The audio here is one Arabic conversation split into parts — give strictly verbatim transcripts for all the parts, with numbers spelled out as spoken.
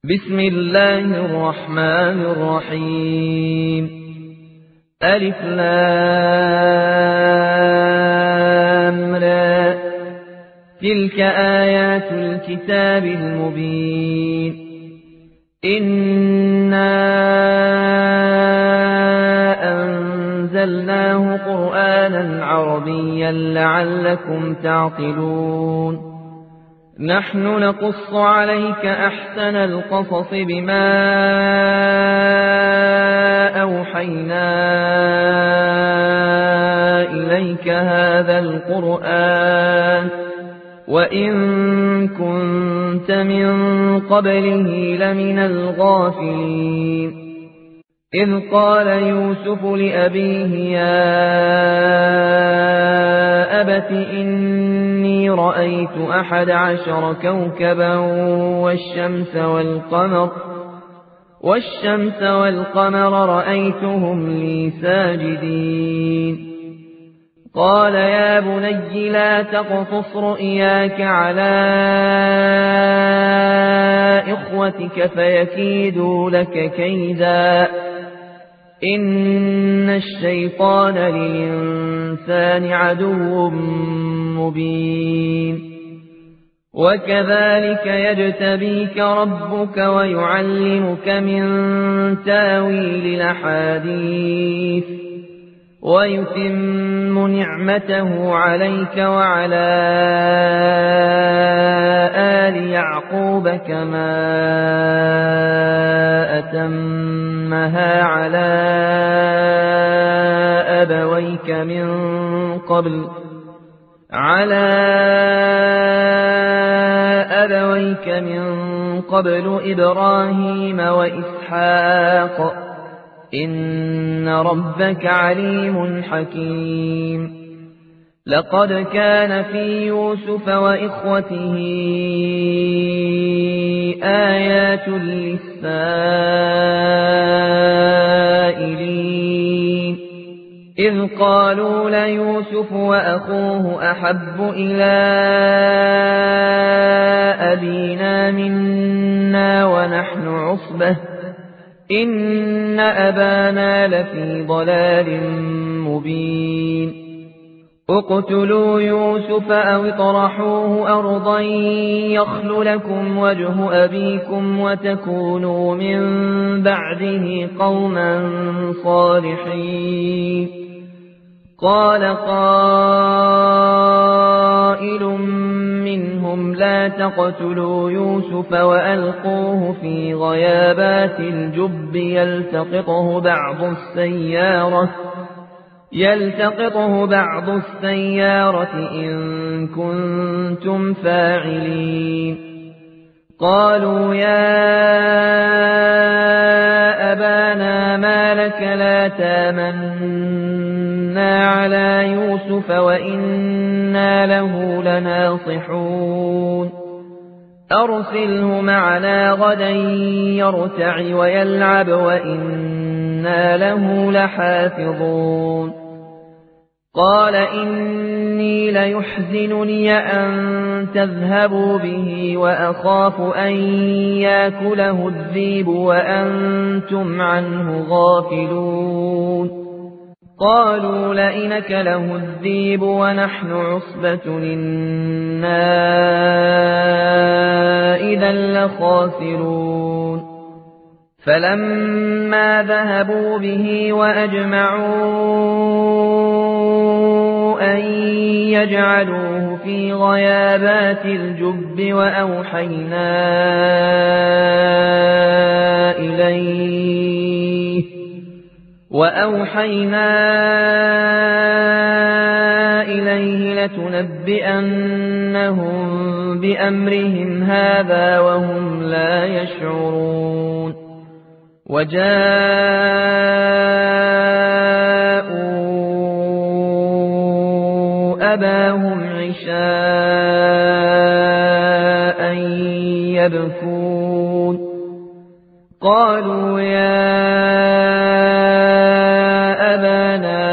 بسم الله الرحمن الرحيم. ألف لام را. تلك آيات الكتاب المبين. إنا أنزلناه قرآنا عربيا لعلكم تعقلون. نحن نقص عليك أحسن القصص بما أوحينا إليك هذا القرآن وإن كنت من قبله لمن الغافلين. إذ قال يوسف لأبيه يا أبت إني رأيت أحد عشر كوكبا والشمس والقمر والشمس والقمر رأيتهم لي ساجدين. قال يا بني لا تقصص رؤياك على إخوتك فيكيدوا لك كيدا إن الشيطان للإنسان عدو مبين. وكذلك يجتبيك ربك ويعلمك من تاويل الأحاديث ويتم نعمته عليك وعلى آل يعقوب كما أتمها على أبويك من قبل على أبويك من قبل إبراهيم وإسحاق إن ربك عليم حكيم. لقد كان في يوسف وإخوته آيات للسائلين إذ قالوا ليوسف وأخوه أحب إلى أبينا منا ونحن عصبة إن أبانا لفي ضلال مبين. اقتلوا يوسف أو اطرحوه أرضا يخل لكم وجه أبيكم وتكونوا من بعده قوما صالحين. قال قائل منهم لا تقتلوا يوسف وألقوه في غيابات الجب يلتقطه بعض السيارة يلتقطه بعض السيارة إن كنتم فاعلين. قالوا يا أبانا ما لك لا تامنا على يوسف وإنا له لناصحون. أرسله معنا غدا يرتع ويلعب وإنا له لحافظون. قال إني ليحزنني أن تذهبوا به وأخاف أن يأكله الذئب وأنتم عنه غافلون. قالوا لئن أكله الذئب ونحن عصبة إنا إذا لخاسرون. فلما ذهبوا به وأجمعوا أن يجعلوه في غيابات الجب وأوحينا إليه وأوحينا إليه لتنبئنهم بأمرهم هذا وهم لا يشعرون. وجاءوا أباهم عشاء يبكون. قالوا يا أبانا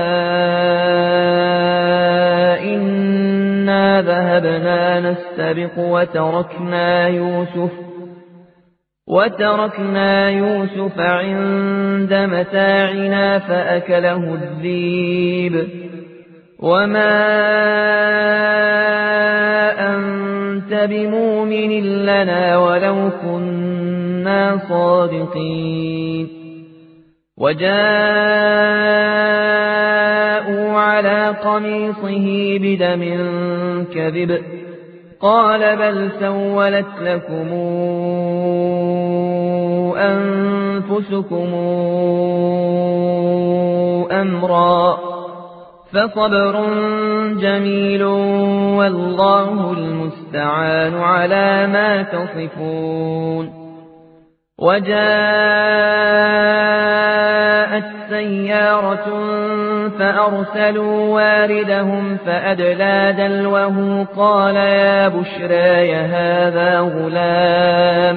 إنا ذهبنا نستبق وتركنا يوسف وتركنا يوسف عند متاعنا فأكله الذئب وما أنت بمؤمن لنا ولو كنا صادقين وجاءوا على قميصه بدم كذب قال بل سولت لكم أنفسكم أمرا فصبر جميل والله المستعان على ما تصفون وجاءت سيارة فأرسلوا واردهم فأدلى دلوه قال يا بشرى هذا غلام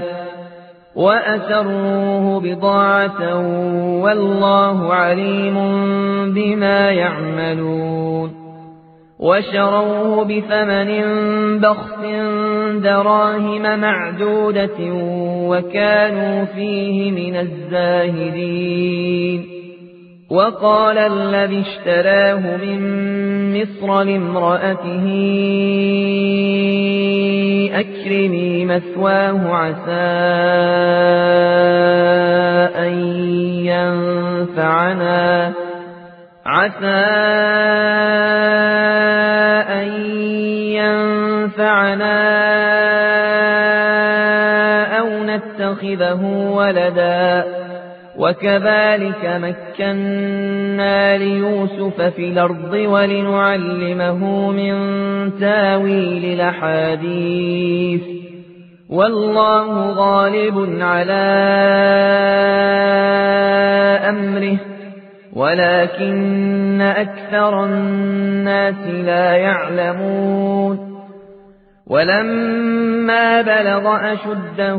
وأسروه بضاعة والله عليم بما يعملون وشروه بثمن بخس دراهم معدودة وكانوا فيه من الزاهدين وقال الذي اشتراه من مصر لامرأته أكرمي مثواه عسى أن ينفعنا عسى أن ينفعنا أو نتخذه ولدا وكذلك مكنا ليوسف في الأرض ولنعلمه من تاويل الأحاديث والله غالب على أمره ولكن أكثر الناس لا يعلمون ولما بلغ أشده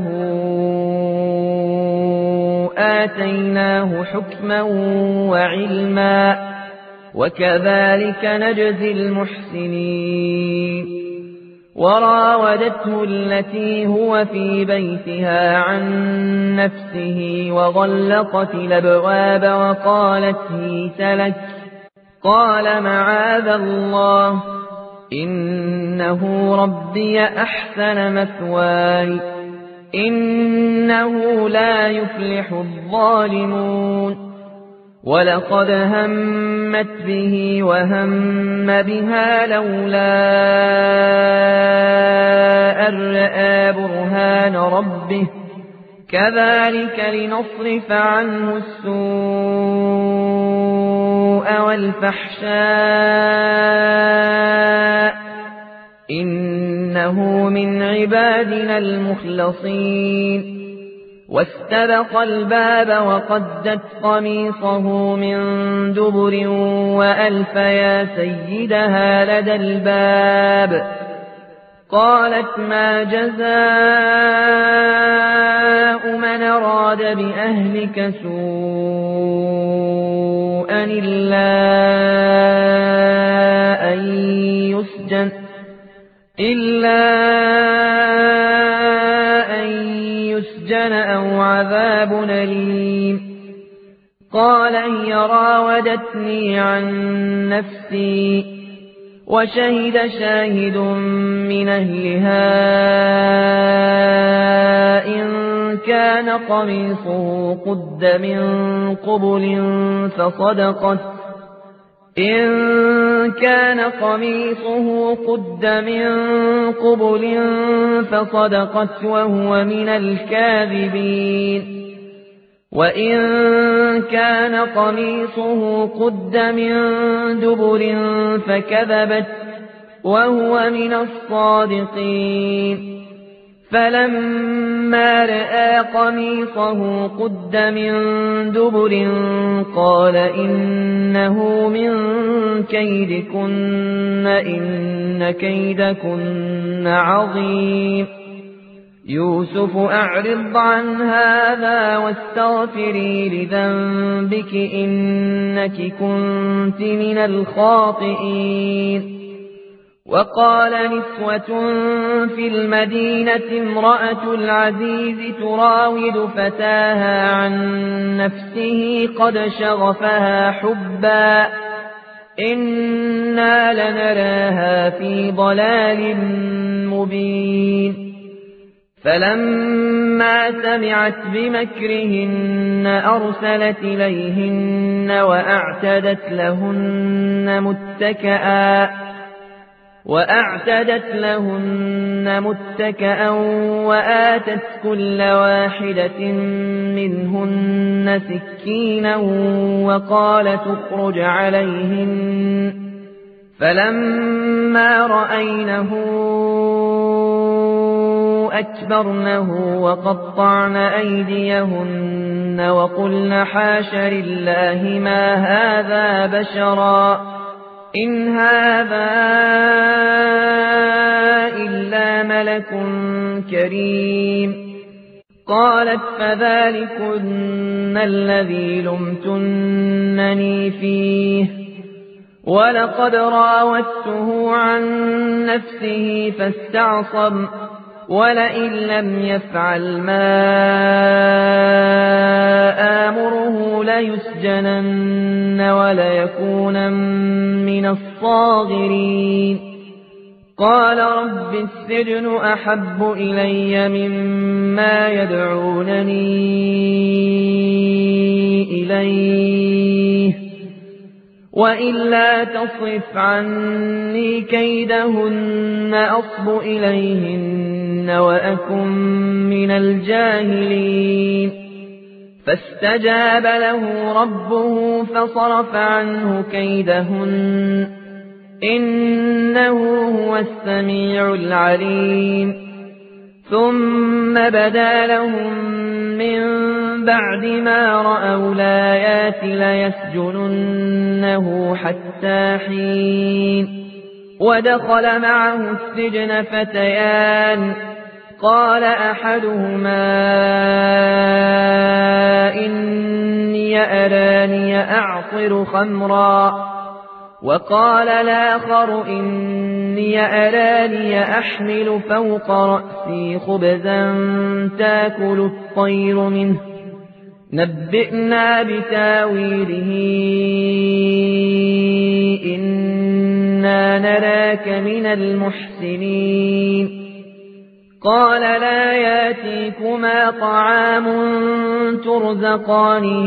آتيناه حكما وعلما وكذلك نجزي المحسنين وراودته التي هو في بيتها عن نفسه وغلقت الأبواب وقالت هيت لك قال معاذ الله إنه ربي أحسن مثواي إنه لا يفلح الظالمون ولقد همت به وهم بها لولا أن رأى برهان ربه كذلك لنصرف عنه السوء والفحشاء إنه من عبادنا المخلصين واستبق الباب وقدت قميصه من دبر وألف يا سيدها لدى الباب قالت ما جزاء من أراد بأهلك سوءا إلا أن يسجن إلا أن يسجن أو عذاب أليم قال هي راودتني عن نفسي وشهد شاهد من أهلها إن كان قميصه قد من قبل فصدقت إن كان قميصه قد من قبل فصدقت وهو من الكاذبين وإن كان قميصه قد من دبر فكذبت وهو من الصادقين فلما رأى قميصه قد من دبر قال إنه من كيدكن إن كيدكن عظيم يوسف أعرض عن هذا واستغفري لذنبك إنك كنت من الخاطئين وقال نسوة في المدينة امرأة العزيز تراود فتاها عن نفسه قد شغفها حبا إنا لنراها في ضلال مبين فلما سمعت بمكرهن أرسلت إليهن وأعتدت لهن متكئا وأعتدت لهن متكئا وآتت كل واحدة منهن سكينا وقالت اخرج عليهن فلما رأينه أكبرنه وقطعن أيديهن وقلن حاش لله ما هذا بشرا إن هذا إلا ملك كريم قالت فذلكن الذي لمتنني فيه ولقد راودته عن نفسه فاستعصم ولئن لم يفعل ما آمره ليسجنن وليكون من الصاغرين قال رب السجن أحب إلي مما يدعونني إليه وإلا تصرف عني كيدهن أصب إليهن وأكن من الجاهلين فاستجاب له ربه فصرف عنه كيدهن إنه هو السميع العليم ثم بدا لهم من بعد ما رأوا الآيات ليسجننه حتى حين ودخل معه السجن فتيان قال أحدهما إني أراني أعصر خمرا وقال الآخر إني أراني أحمل فوق رأسي خبزا تاكل الطير منه نبئنا بتاويله إنا نراك من المحسنين قال لا ياتيكما طعام ترزقانه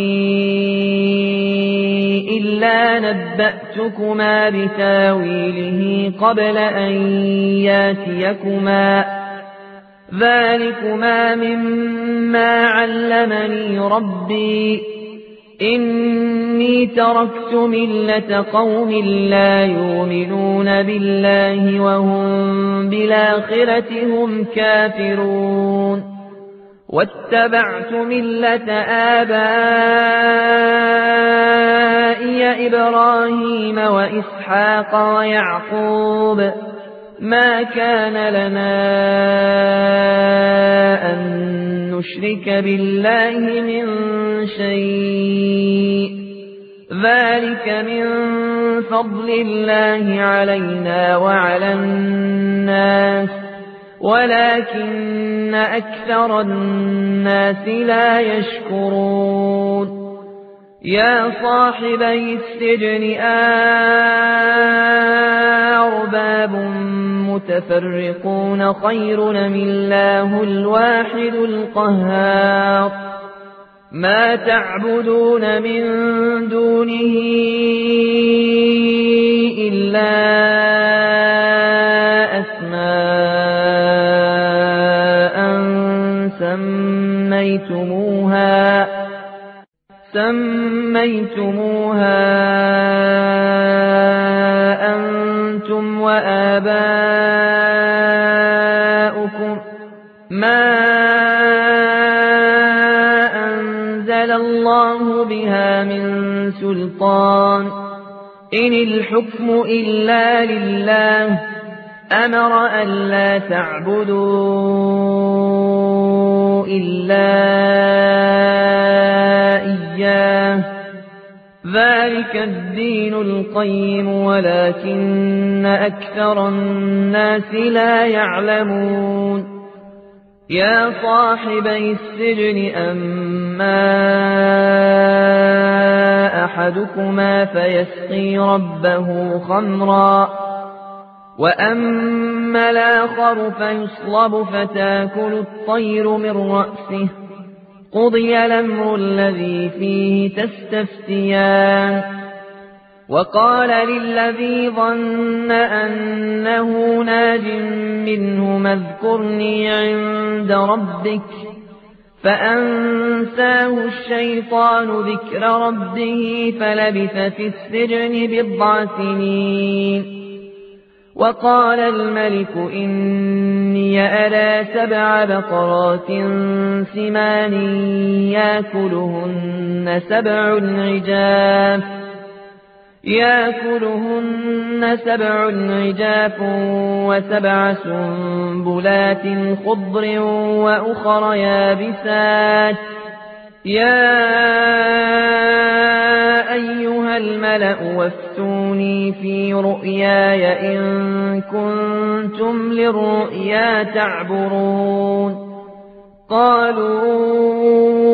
إلا نبأتكما بتاويله قبل أن ياتيكما ذلكما مما علمني ربي إني تركت ملة قوم لا يؤمنون بالله وهم بالآخرة هم كافرون واتبعت ملة آبائي إبراهيم وإسحاق ويعقوب ما كان لنا أن نشرك بالله من شيء ذلك من فضل الله علينا وعلى الناس ولكن أكثر الناس لا يشكرون يا صاحبي السجن أرباب متفرقون خير من الله الواحد القهار ما تعبدون من دونه إلا أسماء سميتموها سميتموها أنتم وآباؤكم ما أنزل الله بها من سلطان إن الحكم إلا لله أمر ألا تعبدوا إلا إياه ذلك ذلك الدين القيم ولكن أكثر الناس لا يعلمون يا صاحبي السجن أما أحدكما فيسقي ربه خمرا وأما الآخر فيصلب فتاكل الطير من رأسه قضي الأمر الذي فيه تستفتيان وقال للذي ظن أنه ناج منهما اذكرني عند ربك فأنساه الشيطان ذكر ربه فلبث في السجن بضع سنين وقال الملك إني أرى سبع بقرات سمان يأكلهن سبع عجاف يأكلهن سبع عجاف وسبع سنبلات خضر وأخر يابسات يا أيها الملأ وافتوني في رؤياي إن كنتم للرؤيا تعبرون قالوا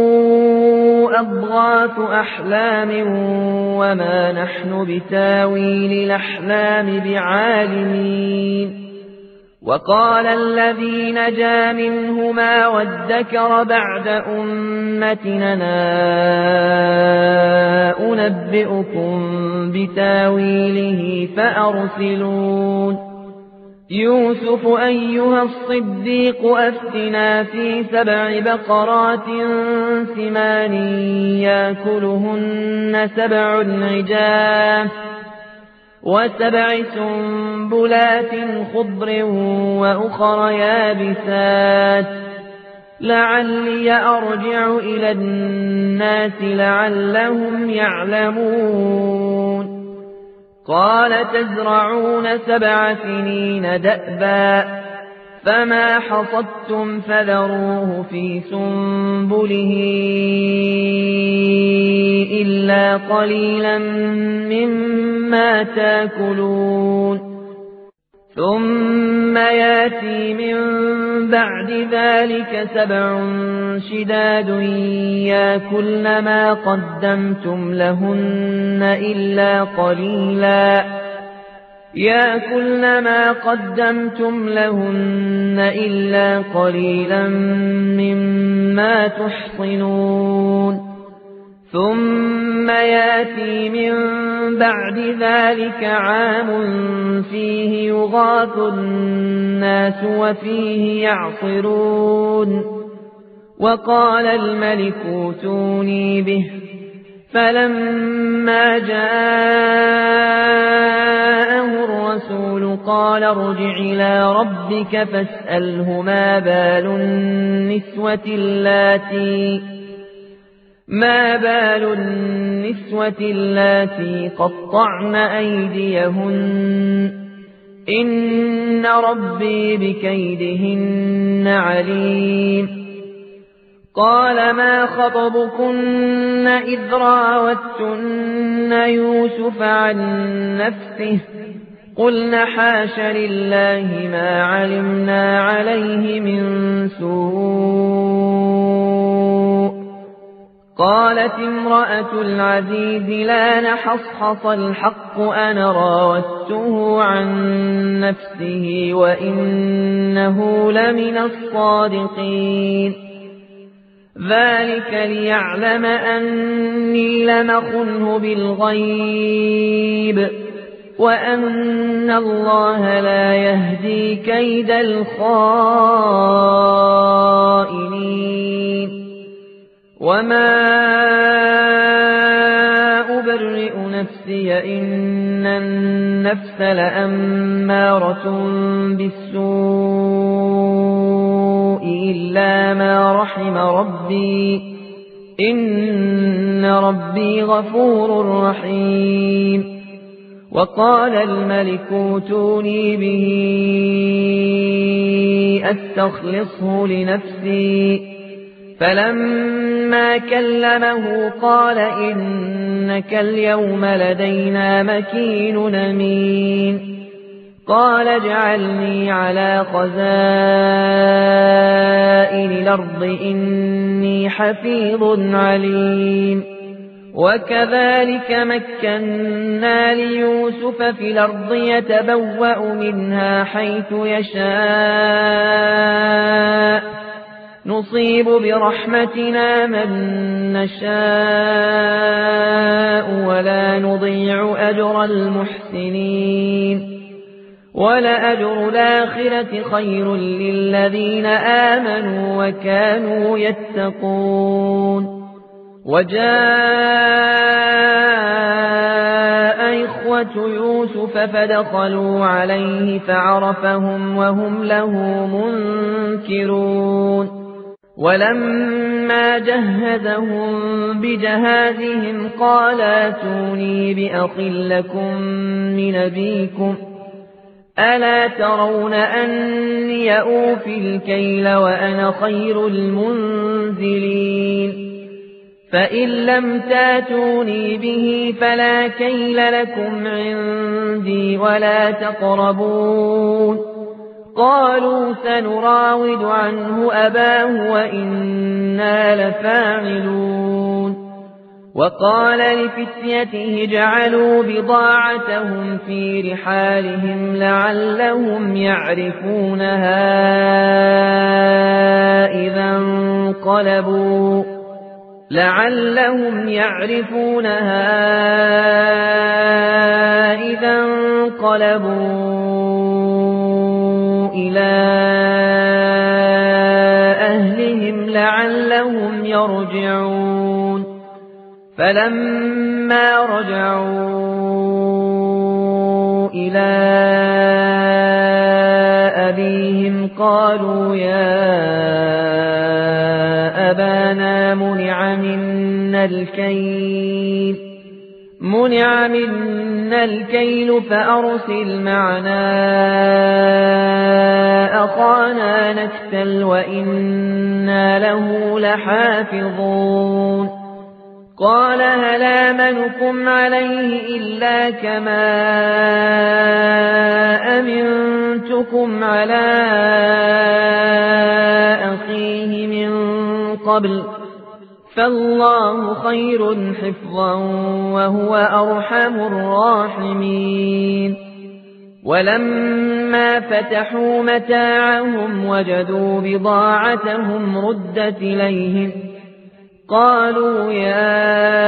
أضغاث أحلام وما نحن بتاويل الأحلام بعالمين وقال الذي نجا منهما وادكر بعد أمتنا أنبئكم بتاويله فأرسلون يوسف أيها الصديق أفتنا في سبع بقرات سمان يأكلهن سبع عجاف وسبع سنبلات خضر وأخر يابسات لعلي أرجع إلى الناس لعلهم يعلمون قال تزرعون سبع سنين دأبا فما حصدتم فذروه في سنبله إلا قليلا مما تاكلون ثم ياتي من بعد ذلك سبع شداد يأكلن ما قدمتم لهن إلا قليلا يأكلن ما قدمتم لهن إلا قليلا مما تحصنون ثم ياتي من بعد ذلك عام فيه يغاث الناس وفيه يعصرون وقال الملك ائتوني به فلما جاءه الرسول قال ارجع إلى ربك فاسأله ما بال النسوة اللاتي ما بال النسوة اللاتي قطعن أيديهن إن ربي بكيدهن عليم قال ما خطبكن إذ راوتن يوسف عن نفسه قلنا حاش لله ما علمنا عليه من سوء قالت امرأة العزيز لا نحصحص الحق أنا راودته عن نفسه وإنه لمن الصادقين ذلك ليعلم أني لم أخنه بالغيب وأن الله لا يهدي كيد الخائنين وما أبرئ نفسي إن النفس لأمارة بالسوء إلا ما رحم ربي إن ربي غفور رحيم وقال الملك ائتوني به أستخلصه لنفسي فلما كلمه قال إنك اليوم لدينا مكين أمين قال اجعلني على خزائن الأرض إني حفيظ عليم وكذلك مكنا ليوسف في الأرض يتبوأ منها حيث يشاء نصيب برحمتنا من نشاء ولا نضيع أجر المحسنين ولأجر الآخرة خير للذين آمنوا وكانوا يتقون وجاء إخوة يوسف فدخلوا عليه فعرفهم وهم له منكرون ولما جهزهم بجهازهم قال ائتوني بأخ لكم من أبيكم ألا ترون أني أوفي الكيل وأنا خير المنزلين فإن لم تاتوني به فلا كيل لكم عندي ولا تقربون قالوا سنراود عنه أباه وإنا لفاعلون وقال لفتيته جعلوا بضاعتهم في رحالهم لعلهم يعرفونها إذا انقلبوا لعلهم يعرفونها إذا انقلبوا إلى أهلهم لعلهم يرجعون فلما رجعوا إلى أبيهم قالوا يا أبانا منع منا الكيل منع منا الكيل فأرسل معنا أخانا نكتل وإنا له لحافظون قال هل آمنكم عليه إلا كما أمنتكم على أخيه من قبل فالله خير حفظا وهو أرحم الراحمين ولما فتحوا متاعهم وجدوا بضاعتهم ردت إليهم قالوا يا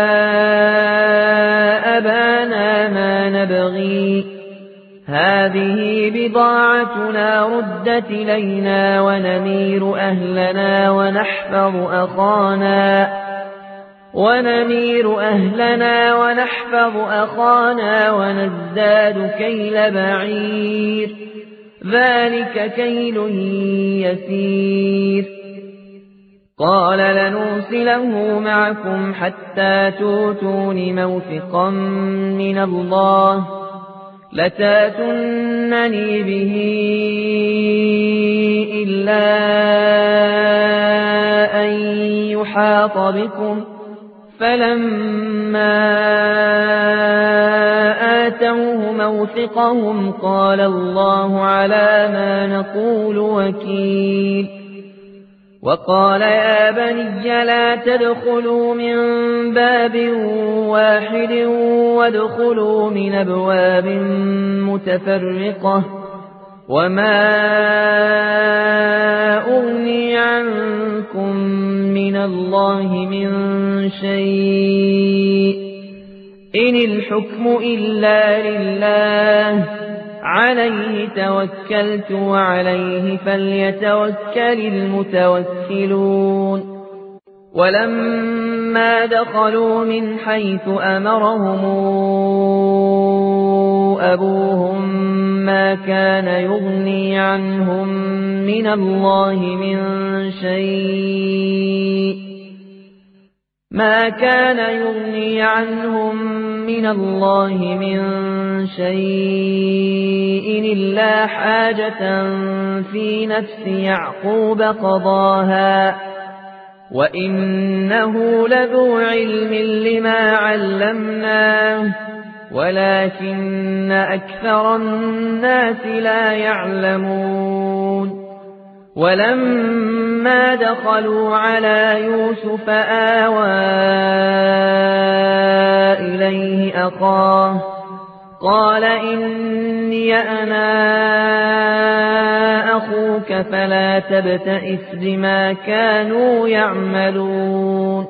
أبانا ما نبغي هذه بضاعتنا ردت إلينا ونمير أهلنا ونحفظ أخانا ونمير أهلنا ونحفظ أخانا ونزداد كيل بعير ذلك كيل يسير قال لنرسله معكم حتى توتون موثقا من الله لتاتونني به إلا أن يحاط بكم فلما آتوه موثقهم قال الله على ما نقول وكيل وقال يا بني لا تدخلوا من باب واحد وادخلوا من أبواب متفرقة وما أغني عنكم من الله من شيء إن الحكم إلا لله عليه توكلت وعليه فليتوكل المتوكلون ولما دخلوا من حيث أمرهم أبوهم ما كان يغني عنهم من الله من شيء ما كان يغني عنهم من الله من شيء إلا حاجة في نفس يعقوب قضاها وإنه لذو علم لما علمناه ولكن أكثر الناس لا يعلمون ولما دخلوا على يوسف آوى إليه أخاه قال إني أنا أخوك فلا تبتئس بما كانوا يعملون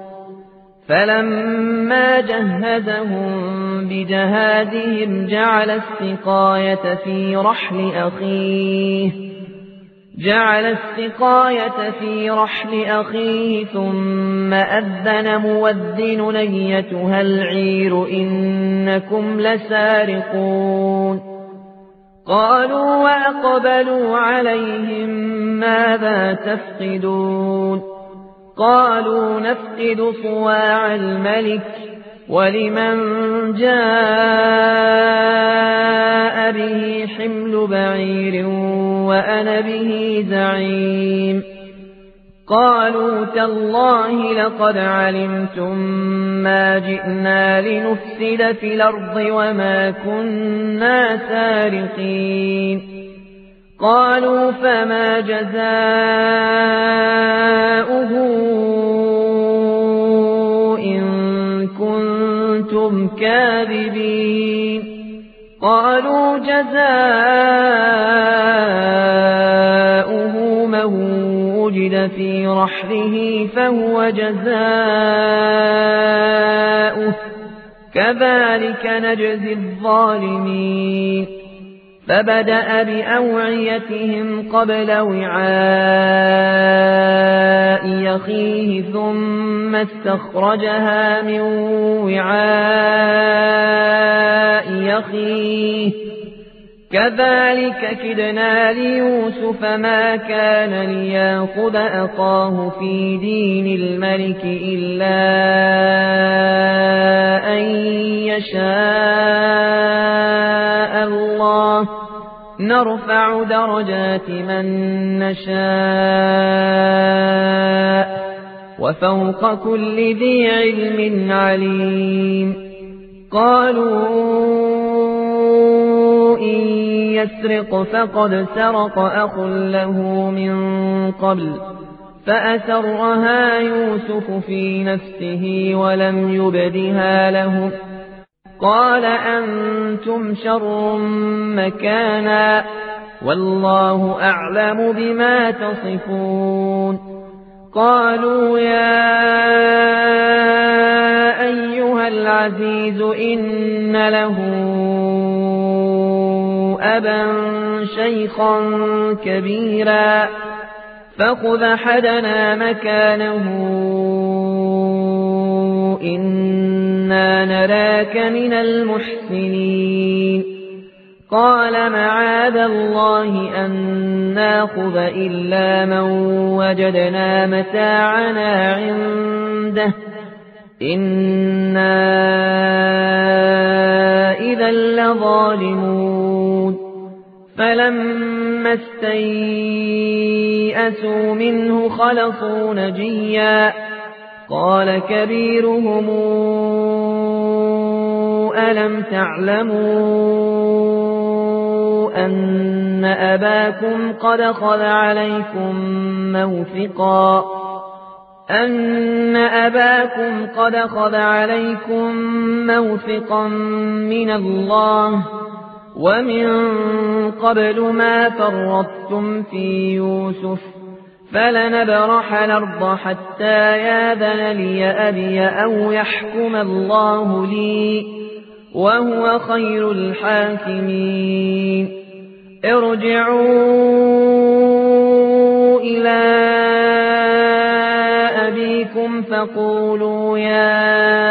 فلما جهزهم بجهازهم جعل السقاية في رحل أخيه جعل السقاية في رحل أخيه ثم أذن مؤذن أيتها العير إنكم لسارقون قالوا وأقبلوا عليهم ماذا تفقدون قالوا نفقد صواع الملك ولمن جاء به حمل بعير وأنا به زعيم قالوا تالله لقد علمتم ما جئنا لنفسد في الأرض وما كنا سارقين قالوا فما جزاؤه إن كنتم كاذبين قالوا جزاؤه من وجد في رحله فهو جزاؤه كذلك نجزي الظالمين فبدأ بأوعيتهم قبل وعاء أخيه ثم استخرجها من وعاء أخيه كذلك كدنا ليوسف ما كان ليأخذ أخاه في دين الملك إلا أن يشاء الله نرفع درجات من نشاء وفوق كل ذي علم عليم قالوا إن يسرق فقد سرق أخ له من قبل فأسرها يوسف في نفسه ولم يبدها لهم قال أنتم شر مكانا والله أعلم بما تصفون قالوا يا أيها العزيز إن له أبا شيخا كبيرا فخذ أحدنا مكانه إنا نراك من المحسنين قال معاذ الله أن ناخذ إلا من وجدنا متاعنا عنده إنا إذا لظالمون فلما استيئسوا منه خلصوا نجيا قال كبيرهم ألم تعلموا أن أباكم قد أخذ عليكم موثقا أن أباكم قد أخذ عليكم موثقا من الله ومن قبل ما فرطتم في يوسف فلنبرح الأرض حتى ياذن لي أبي أو يحكم الله لي وهو خير الحاكمين ارجعوا إلى أبيكم فقولوا يا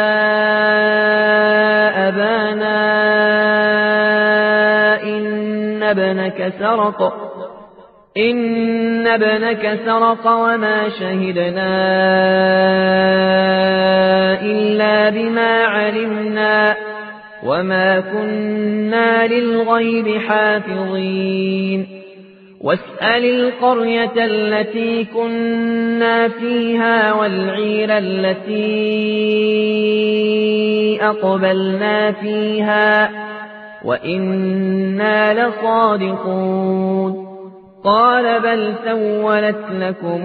أبانا إن ابنك سرق إن ابنك سرق وما شهدنا إلا بما علمنا وما كنا للغيب حافظين واسأل القرية التي كنا فيها والعير التي أقبلنا فيها وإنا لصادقون قال بل سولت لكم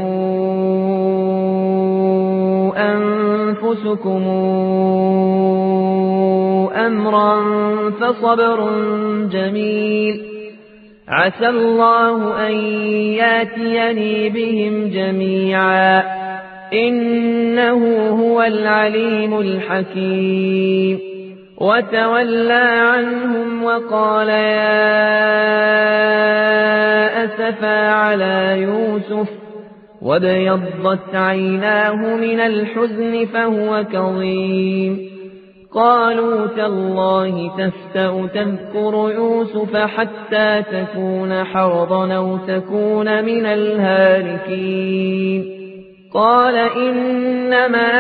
أنفسكم أمرا فصبر جميل عسى الله أن ياتيني بهم جميعا إنه هو العليم الحكيم وتولى عنهم وقال يا أسفا على يوسف وابيضت عيناه من الحزن فهو كظيم قالوا تالله تفتأ تذكر يوسف حتى تكون حرضا أو تكون من الهالكين قال إنما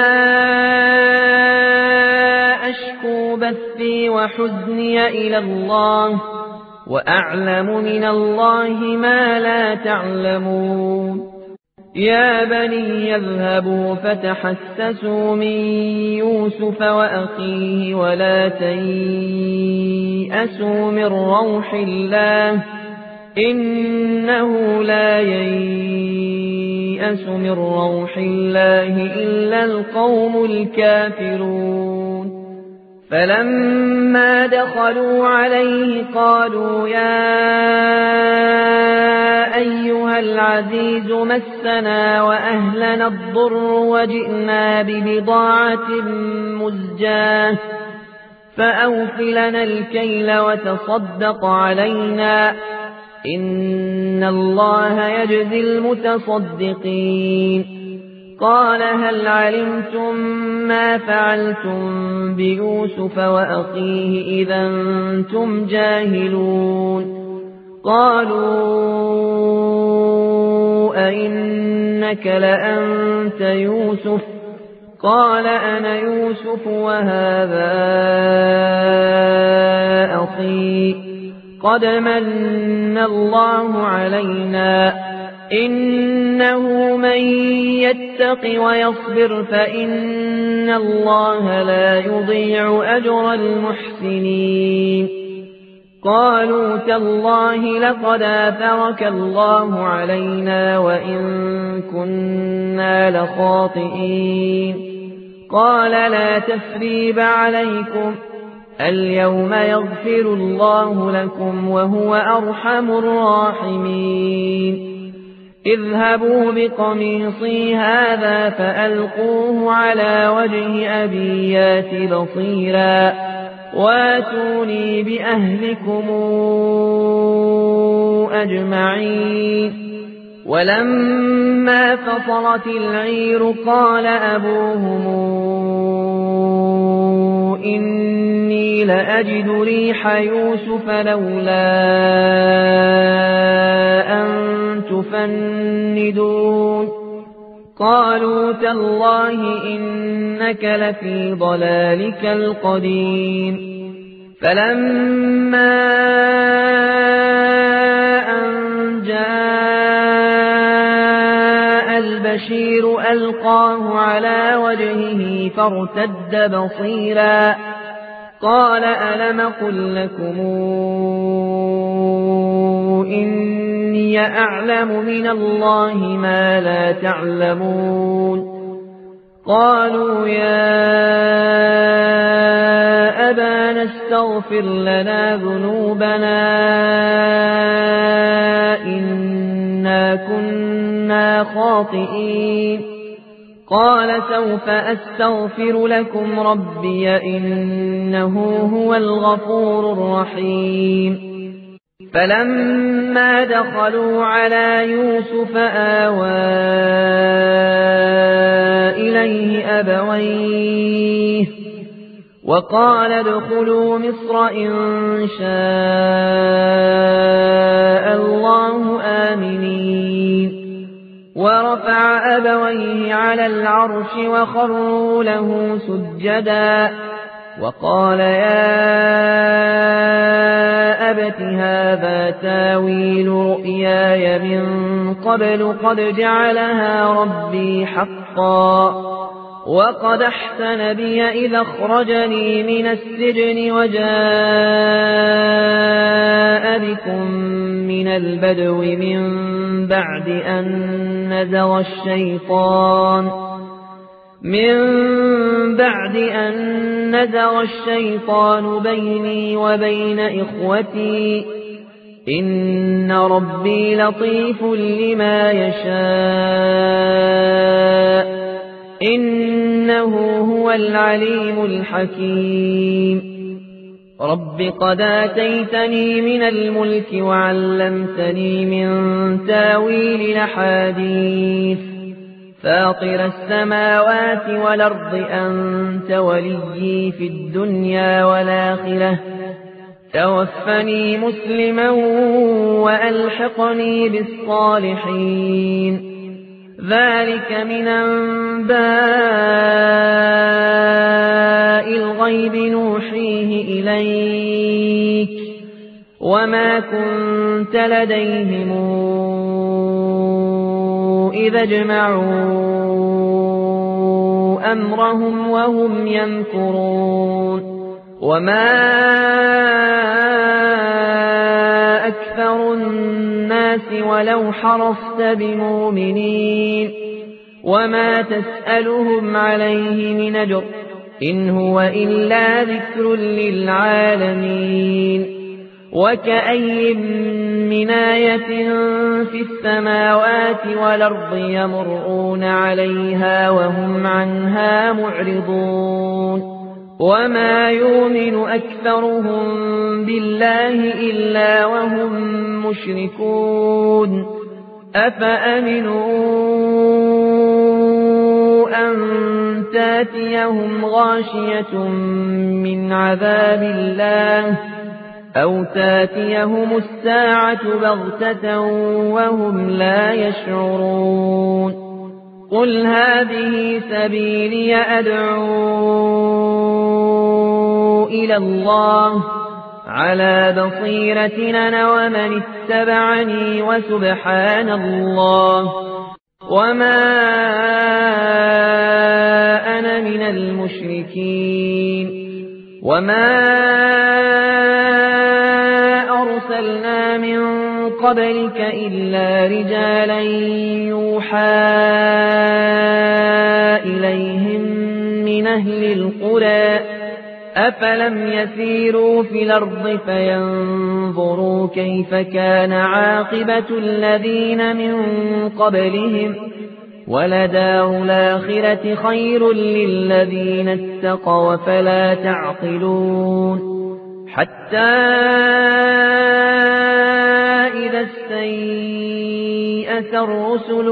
أشكو بثي وحزني إلى الله وأعلم من الله ما لا تعلمون يا بني يذهبوا فتحسسوا من يوسف وأخيه ولا تيأسوا من روح الله إنه لا ييأس من روح الله إلا القوم الكافرون فلما دخلوا عليه قالوا يا أيها العزيز مسنا وأهلنا الضر وجئنا ببضاعة مزجاة فأوفلنا الكيل وتصدق علينا إن الله يجزي المتصدقين قال هل علمتم ما فعلتم بيوسف وأخيه إذا أنتم جاهلون قالوا أئنك لأنت يوسف قال أنا يوسف وهذا أخي قد من الله علينا إنه من يتق ويصبر فإن الله لا يضيع أجر المحسنين قالوا تالله لقد آثرك الله علينا وإن كنا لخاطئين قال لا تثريب عليكم اليوم يغفر الله لكم وهو أرحم الراحمين اذهبوا بقميصي هذا فألقوه على وجه أبي يات بصيرا واتوني بأهلكم أجمعين ولما فصلت العير قال أبوهم إني لأجد ريح يوسف لولا أن تفندون قالوا تالله إنك لفي ضلالك القديم فلما أن جاء البشير ألقاه على وجهه فارتد بصيرا قال ألم قل لكم إني أعلم من الله ما لا تعلمون قالوا يا أبانا استغفر لنا ذنوبنا إنا كنا خاطئين قال سوف أستغفر لكم ربي إنه هو الغفور الرحيم فلما دخلوا على يوسف آوى إليه أبويه وقال ادخلوا مصر إن شاء الله آمنين ورفع أبويه على العرش وخروا له سجدا وقال يا أبت هذا تاويل رؤياي من قبل قد جعلها ربي حقا وقد أحسن بي إذا أخرجني من السجن وجاء بكم من البدو من بعد أن نزغ الشيطان من بعد أن نزغ الشيطان بيني وبين إخوتي إن ربي لطيف لما يشاء إنه هو العليم الحكيم رب قد آتيتني من الملك وعلمتني من تاويل الأحاديث فاطر السماوات والأرض أنت وليي في الدنيا والآخرة توفني مسلما وألحقني بالصالحين ذلك من أنباء الغيب نوحيه إليك وما كنت لديهم إذا اجمعوا أمرهم وهم يمكرون وما أكثر الناس ولو حرصت بمؤمنين وما تسألهم عليه من أجر إن هو إلا ذكر للعالمين وكأي من آية في السماوات والأرض يمرون عليها وهم عنها معرضون وما يؤمن أكثرهم بالله إلا وهم مشركون أفأمنوا أن تاتيهم غاشية من عذاب الله أو تاتيهم الساعة بغتة وهم لا يشعرون قل هذه سبيلي أدعو إلى الله على بصيرة أنا ومن اتبعني وسبحان الله وما أنا من المشركين وما أرسلنا من قبلك إلا رجالا يوحى إليهم من أهل القرى أفلم يسيروا في الأرض فينظروا كيف كان عاقبة الذين من قبلهم ولدار الآخرة خير للذين اتقوا فلا تعقلون حتى إذا استيأس الرسل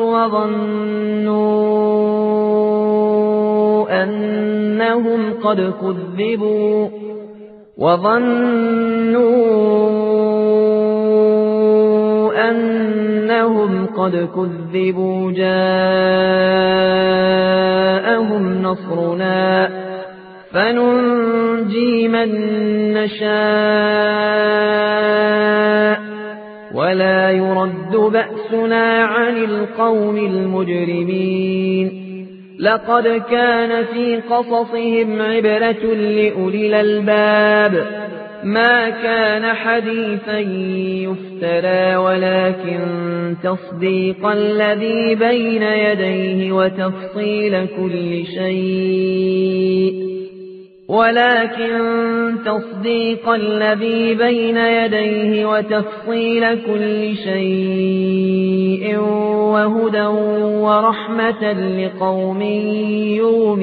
وظنوا أنهم قد كذبوا وظنوا أنهم قد كذبوا جاءهم نصرنا فننجي من نشاء ولا يرد بأسنا عن القوم المجرمين لقد كان في قصصهم عبرة لأولي الألباب ما كان حديثا يفترى ولكن تصديق الذي بين يديه وتفصيل كل شيء ولكن تصديق الذي بين يديه وتفصيل كل شيء وهدى ورحمة لقوم